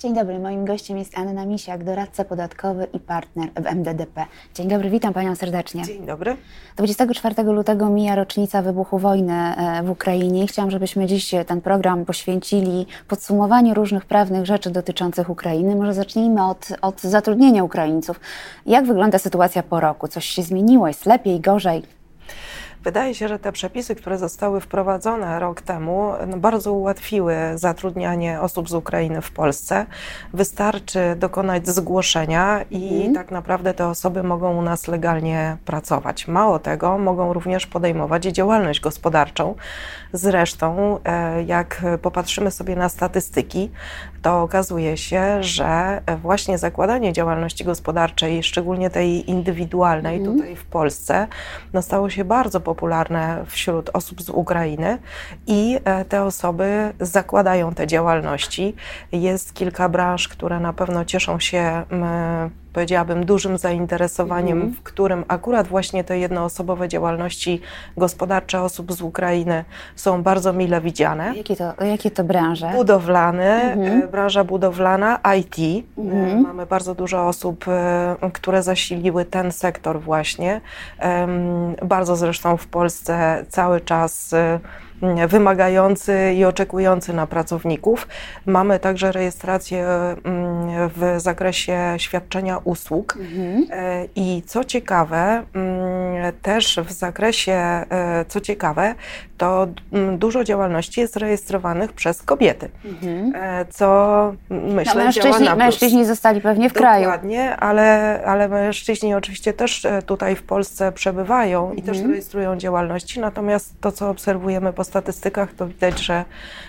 Dzień dobry, moim gościem jest Anna Misiak, doradca podatkowy i partner w MDDP. Dzień dobry, witam Panią serdecznie. Dzień dobry. 24 lutego mija rocznica wybuchu wojny w Ukrainie i chciałam, żebyśmy dziś ten program poświęcili podsumowaniu różnych prawnych rzeczy dotyczących Ukrainy. Może zacznijmy od zatrudnienia Ukraińców. Jak wygląda sytuacja po roku? Coś się zmieniło? Jest lepiej, gorzej? Wydaje się, że te przepisy, które zostały wprowadzone rok temu, bardzo ułatwiły zatrudnianie osób z Ukrainy w Polsce. Wystarczy dokonać zgłoszenia i tak naprawdę te osoby mogą u nas legalnie pracować. Mało tego, mogą również podejmować działalność gospodarczą. Zresztą, jak popatrzymy sobie na statystyki, to okazuje się, że właśnie zakładanie działalności gospodarczej, szczególnie tej indywidualnej tutaj w Polsce, stało się bardzo popularne wśród osób z Ukrainy i te osoby zakładają te działalności. Jest kilka branż, które na pewno cieszą się, powiedziałabym, dużym zainteresowaniem, w którym akurat właśnie te jednoosobowe działalności gospodarcze osób z Ukrainy są bardzo mile widziane. Jakie to branże? Budowlane, branża budowlana, IT. Mamy bardzo dużo osób, które zasiliły ten sektor właśnie. Bardzo zresztą w Polsce cały czas wymagający i oczekujący na pracowników. Mamy także rejestrację w zakresie świadczenia usług i co ciekawe, też w zakresie, to dużo działalności jest rejestrowanych przez kobiety, co myślę działa na plus. Mężczyźni zostali pewnie w kraju. Dokładnie, ale mężczyźni oczywiście też tutaj w Polsce przebywają i też rejestrują działalności, natomiast to, co obserwujemy po statystykach, to widać, że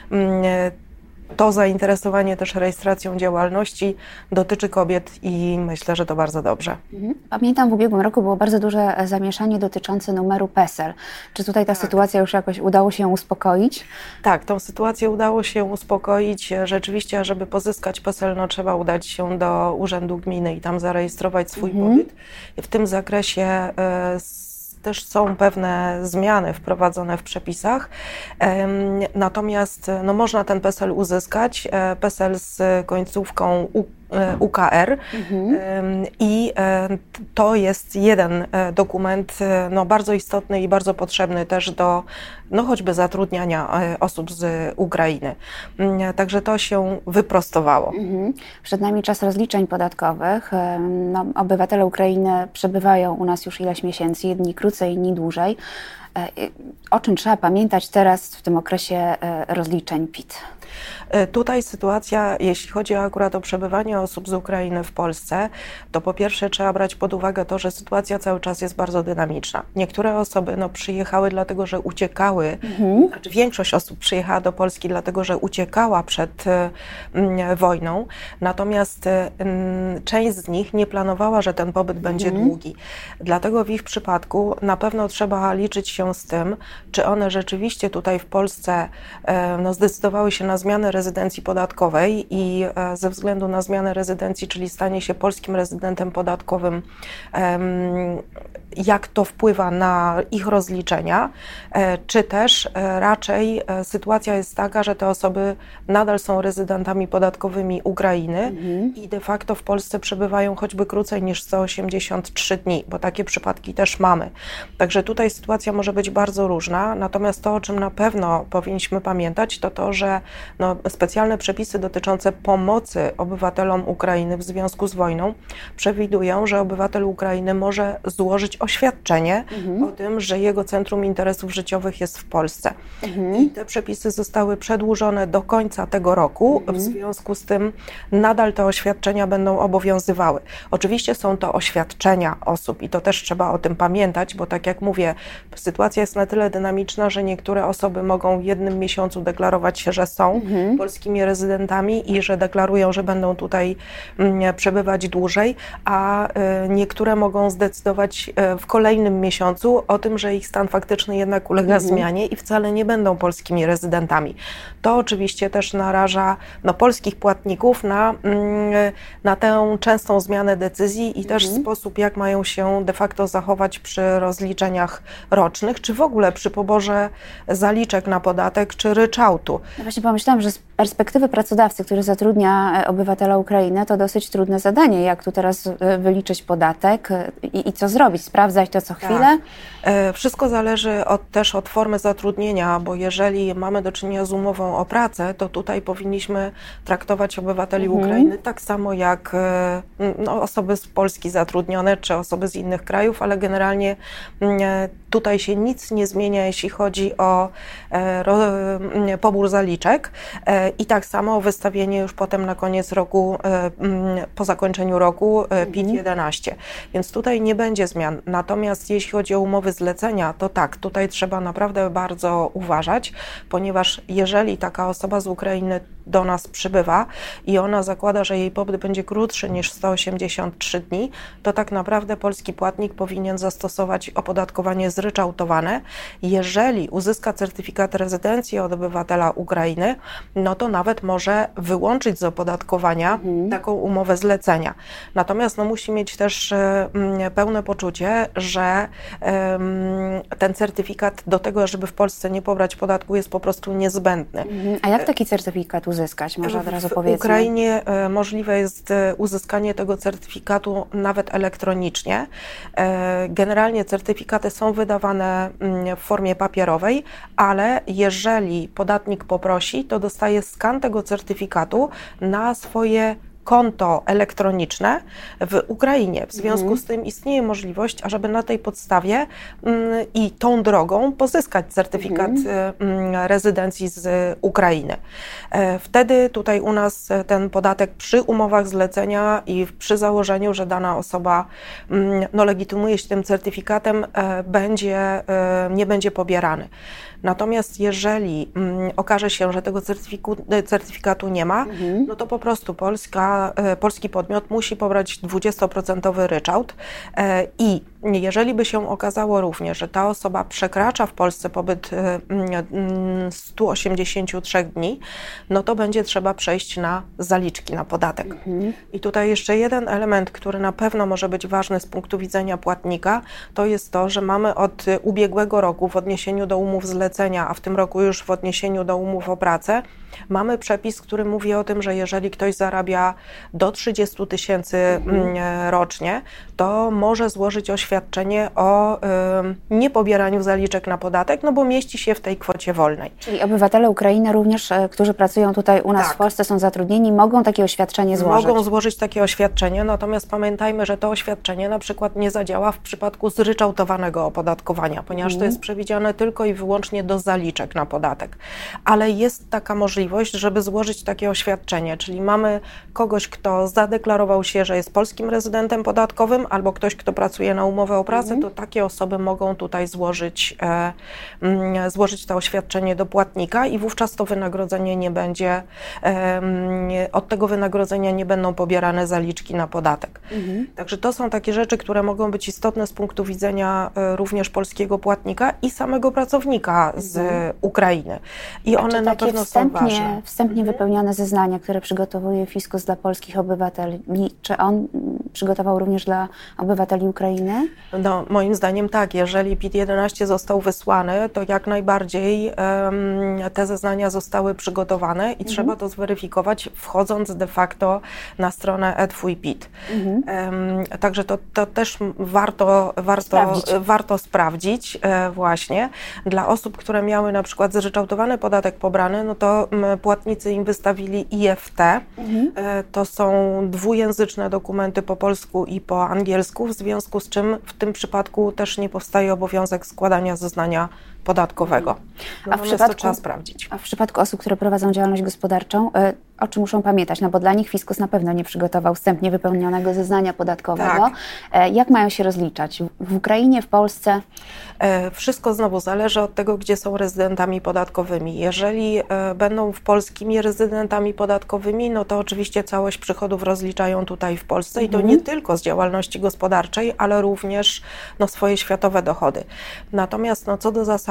to zainteresowanie też rejestracją działalności dotyczy kobiet i myślę, że to bardzo dobrze. Pamiętam, w ubiegłym roku było bardzo duże zamieszanie dotyczące numeru PESEL. Czy tutaj ta sytuacja już jakoś udało się uspokoić? Tak, tą sytuację udało się uspokoić. Rzeczywiście, żeby pozyskać PESEL, trzeba udać się do Urzędu Gminy i tam zarejestrować swój pobyt. W tym zakresie też są pewne zmiany wprowadzone w przepisach, natomiast można ten PESEL uzyskać, PESEL z końcówką UKR i to jest jeden dokument bardzo istotny i bardzo potrzebny też do choćby zatrudniania osób z Ukrainy. Także to się wyprostowało. Przed nami czas rozliczeń podatkowych. Obywatele Ukrainy przebywają u nas już ileś miesięcy, jedni krócej, inni dłużej. O czym trzeba pamiętać teraz w tym okresie rozliczeń PIT? Tutaj sytuacja, jeśli chodzi akurat o przebywanie osób z Ukrainy w Polsce, to po pierwsze trzeba brać pod uwagę to, że sytuacja cały czas jest bardzo dynamiczna. Niektóre osoby przyjechały dlatego, że uciekały, znaczy większość osób przyjechała do Polski dlatego, że uciekała przed wojną, natomiast część z nich nie planowała, że ten pobyt będzie długi. Dlatego w ich przypadku na pewno trzeba liczyć się z tym, czy one rzeczywiście tutaj w Polsce zdecydowały się na zmianę rezydencji podatkowej i ze względu na zmianę rezydencji, czyli stanie się polskim rezydentem podatkowym, jak to wpływa na ich rozliczenia, czy też raczej sytuacja jest taka, że te osoby nadal są rezydentami podatkowymi Ukrainy i de facto w Polsce przebywają choćby krócej niż 183 dni, bo takie przypadki też mamy. Także tutaj sytuacja może być bardzo różna, natomiast to, o czym na pewno powinniśmy pamiętać, to to, że specjalne przepisy dotyczące pomocy obywatelom Ukrainy w związku z wojną przewidują, że obywatel Ukrainy może złożyć oświadczenie o tym, że jego centrum interesów życiowych jest w Polsce. I te przepisy zostały przedłużone do końca tego roku, w związku z tym nadal te oświadczenia będą obowiązywały. Oczywiście są to oświadczenia osób i to też trzeba o tym pamiętać, bo tak jak mówię, sytuacja jest na tyle dynamiczna, że niektóre osoby mogą w jednym miesiącu deklarować się, że są polskimi rezydentami i że deklarują, że będą tutaj przebywać dłużej, a niektóre mogą zdecydować w kolejnym miesiącu o tym, że ich stan faktyczny jednak ulega zmianie i wcale nie będą polskimi rezydentami. To oczywiście też naraża polskich płatników na tę częstą zmianę decyzji i też sposób, jak mają się de facto zachować przy rozliczeniach rocznych, czy w ogóle przy poborze zaliczek na podatek, czy ryczałtu. No właśnie pomyślałam, że z perspektywy pracodawcy, który zatrudnia obywatela Ukrainy, to dosyć trudne zadanie, jak tu teraz wyliczyć podatek i co zrobić, sprawdzać to co chwilę? Wszystko zależy też od formy zatrudnienia, bo jeżeli mamy do czynienia z umową o pracę, to tutaj powinniśmy traktować obywateli Ukrainy tak samo jak osoby z Polski zatrudnione, czy osoby z innych krajów, ale generalnie tutaj się nic nie zmienia, jeśli chodzi o pobór zaliczek i tak samo wystawienie już potem na koniec roku, po zakończeniu roku PIT-11. Więc tutaj nie będzie zmian. Natomiast jeśli chodzi o umowy zlecenia, to tak, tutaj trzeba naprawdę bardzo uważać, ponieważ jeżeli taka osoba z Ukrainy do nas przybywa i ona zakłada, że jej pobyt będzie krótszy niż 183 dni, to tak naprawdę polski płatnik powinien zastosować opodatkowanie zryczałtowane. Jeżeli uzyska certyfikat rezydencji od obywatela Ukrainy, no to nawet może wyłączyć z opodatkowania taką umowę zlecenia. Natomiast musi mieć też pełne poczucie, że ten certyfikat do tego, żeby w Polsce nie pobrać podatku, jest po prostu niezbędny. A jak taki certyfikat uzyskać? Może od razu powiedzmy. W Ukrainie możliwe jest uzyskanie tego certyfikatu nawet elektronicznie. Generalnie certyfikaty są wydawane w formie papierowej, ale jeżeli podatnik poprosi, to dostaje skan tego certyfikatu na swoje konto elektroniczne w Ukrainie. W związku z tym istnieje możliwość, ażeby na tej podstawie i tą drogą pozyskać certyfikat rezydencji z Ukrainy. Wtedy tutaj u nas ten podatek przy umowach zlecenia i przy założeniu, że dana osoba legitymuje się tym certyfikatem, nie będzie pobierany. Natomiast jeżeli okaże się, że tego certyfikatu nie ma, no to po prostu polski podmiot musi pobrać 20% ryczałt i jeżeli by się okazało również, że ta osoba przekracza w Polsce pobyt 183 dni, no to będzie trzeba przejść na zaliczki na podatek. I tutaj jeszcze jeden element, który na pewno może być ważny z punktu widzenia płatnika, to jest to, że mamy od ubiegłego roku w odniesieniu do umów zlecenia, a w tym roku już w odniesieniu do umów o pracę, mamy przepis, który mówi o tym, że jeżeli ktoś zarabia do 30 000 rocznie, to może złożyć oświadczenie o niepobieraniu zaliczek na podatek, no bo mieści się w tej kwocie wolnej. Czyli obywatele Ukrainy również, którzy pracują tutaj u nas w Polsce, są zatrudnieni, mogą takie oświadczenie złożyć? Mogą złożyć takie oświadczenie, natomiast pamiętajmy, że to oświadczenie na przykład nie zadziała w przypadku zryczałtowanego opodatkowania, ponieważ to jest przewidziane tylko i wyłącznie do zaliczek na podatek. Ale jest taka możliwość, żeby złożyć takie oświadczenie, czyli mamy kogoś, kto zadeklarował się, że jest polskim rezydentem podatkowym, albo ktoś, kto pracuje na umowę o pracę, to takie osoby mogą tutaj złożyć to oświadczenie do płatnika i wówczas to wynagrodzenie nie będzie, od tego wynagrodzenia nie będą pobierane zaliczki na podatek. Także to są takie rzeczy, które mogą być istotne z punktu widzenia również polskiego płatnika i samego pracownika z Ukrainy. I one na pewno są ważne. Wstępnie wypełnione zeznania, które przygotowuje fiskus dla polskich obywateli, czy on przygotował również dla obywateli Ukrainy? No, moim zdaniem tak. Jeżeli PIT-11 został wysłany, to jak najbardziej te zeznania zostały przygotowane i trzeba to zweryfikować, wchodząc de facto na stronę e-Twój PIT. Także to też warto sprawdzić właśnie. Dla osób, które miały na przykład zryczałtowany podatek pobrany, no to płatnicy im wystawili IFT. To są dwujęzyczne dokumenty po polsku i po angielsku, w związku z czym w tym przypadku też nie powstaje obowiązek składania zeznania podatkowego. To trzeba sprawdzić. A w przypadku osób, które prowadzą działalność gospodarczą, o czym muszą pamiętać? No bo dla nich fiskus na pewno nie przygotował wstępnie wypełnionego zeznania podatkowego. Jak mają się rozliczać? W Ukrainie, w Polsce? Wszystko znowu zależy od tego, gdzie są rezydentami podatkowymi. Jeżeli będą polskimi rezydentami podatkowymi, no to oczywiście całość przychodów rozliczają tutaj w Polsce i to nie tylko z działalności gospodarczej, ale również swoje światowe dochody. Natomiast co do zasady,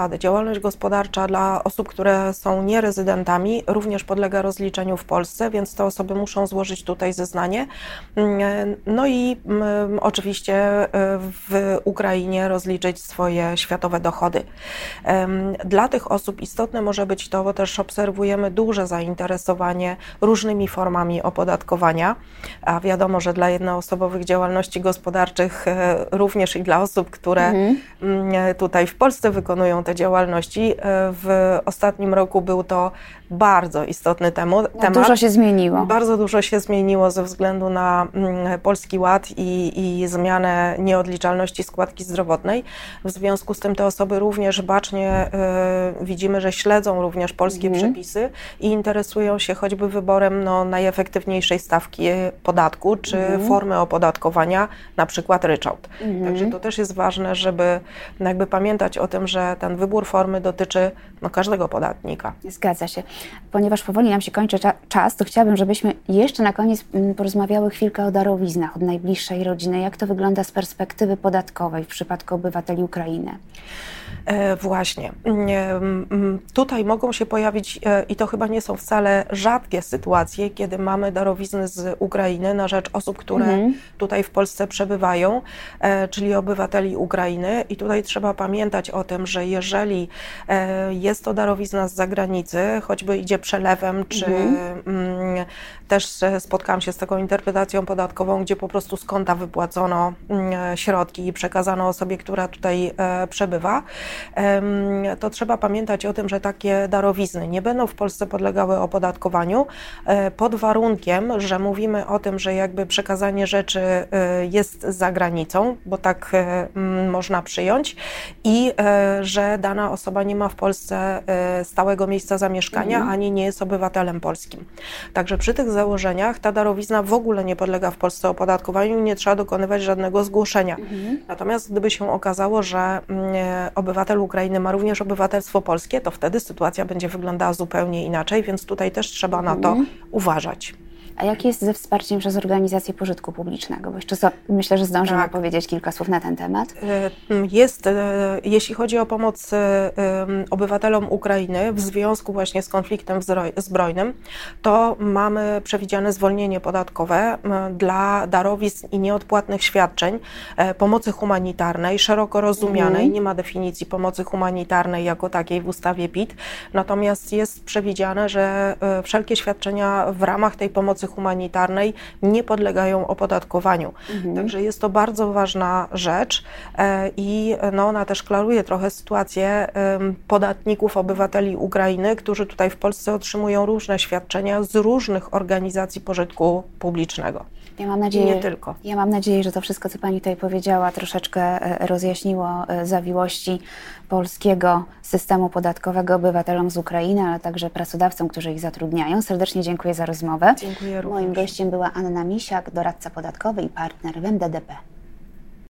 zasady. Działalność gospodarcza dla osób, które są nierezydentami, również podlega rozliczeniu w Polsce, więc te osoby muszą złożyć tutaj zeznanie. No i oczywiście w Ukrainie rozliczyć swoje światowe dochody. Dla tych osób istotne może być to, bo też obserwujemy duże zainteresowanie różnymi formami opodatkowania, a wiadomo, że dla jednoosobowych działalności gospodarczych również i dla osób, które tutaj w Polsce wykonują te działalności, w ostatnim roku był to bardzo istotny temat. Dużo się zmieniło. Bardzo dużo się zmieniło ze względu na Polski Ład i zmianę nieodliczalności składki zdrowotnej. W związku z tym te osoby również bacznie widzimy, że śledzą również polskie przepisy i interesują się choćby wyborem najefektywniejszej stawki podatku czy formy opodatkowania, na przykład ryczałt. Także to też jest ważne, żeby jakby pamiętać o tym, że ten wybór formy dotyczy każdego podatnika. Zgadza się. Ponieważ powoli nam się kończy czas, to chciałabym, żebyśmy jeszcze na koniec porozmawiały chwilkę o darowiznach od najbliższej rodziny. Jak to wygląda z perspektywy podatkowej w przypadku obywateli Ukrainy? Właśnie. Tutaj mogą się pojawić, i to chyba nie są wcale rzadkie sytuacje, kiedy mamy darowizny z Ukrainy na rzecz osób, które tutaj w Polsce przebywają, czyli obywateli Ukrainy. I tutaj trzeba pamiętać o tym, że jeżeli jest to darowizna z zagranicy, choćby idzie przelewem, czy też spotkałam się z taką interpretacją podatkową, gdzie po prostu z konta wypłacono środki i przekazano osobie, która tutaj przebywa, to trzeba pamiętać o tym, że takie darowizny nie będą w Polsce podlegały opodatkowaniu pod warunkiem, że mówimy o tym, że jakby przekazanie rzeczy jest za granicą, bo tak można przyjąć, i że dana osoba nie ma w Polsce stałego miejsca zamieszkania, ani nie jest obywatelem polskim. Także przy tych założeniach ta darowizna w ogóle nie podlega w Polsce opodatkowaniu i nie trzeba dokonywać żadnego zgłoszenia. Natomiast gdyby się okazało, że obywatel Ukrainy ma również obywatelstwo polskie, to wtedy sytuacja będzie wyglądała zupełnie inaczej, więc tutaj też trzeba na to uważać. A jak jest ze wsparciem przez organizacje pożytku publicznego? Bo jeszcze myślę, że zdążymy powiedzieć kilka słów na ten temat. Jest, jeśli chodzi o pomoc obywatelom Ukrainy w związku właśnie z konfliktem zbrojnym, to mamy przewidziane zwolnienie podatkowe dla darowizn i nieodpłatnych świadczeń pomocy humanitarnej, szeroko rozumianej. Nie ma definicji pomocy humanitarnej jako takiej w ustawie PIT, natomiast jest przewidziane, że wszelkie świadczenia w ramach tej pomocy humanitarnej nie podlegają opodatkowaniu. Także jest to bardzo ważna rzecz i ona też klaruje trochę sytuację podatników, obywateli Ukrainy, którzy tutaj w Polsce otrzymują różne świadczenia z różnych organizacji pożytku publicznego. Ja mam nadzieję, I nie tylko. Ja mam nadzieję, że to wszystko, co Pani tutaj powiedziała, troszeczkę rozjaśniło zawiłości polskiego systemu podatkowego obywatelom z Ukrainy, ale także pracodawcom, którzy ich zatrudniają. Serdecznie dziękuję za rozmowę. Dziękuję również. Moim gościem była Anna Misiak, doradca podatkowy i partner w MDDP.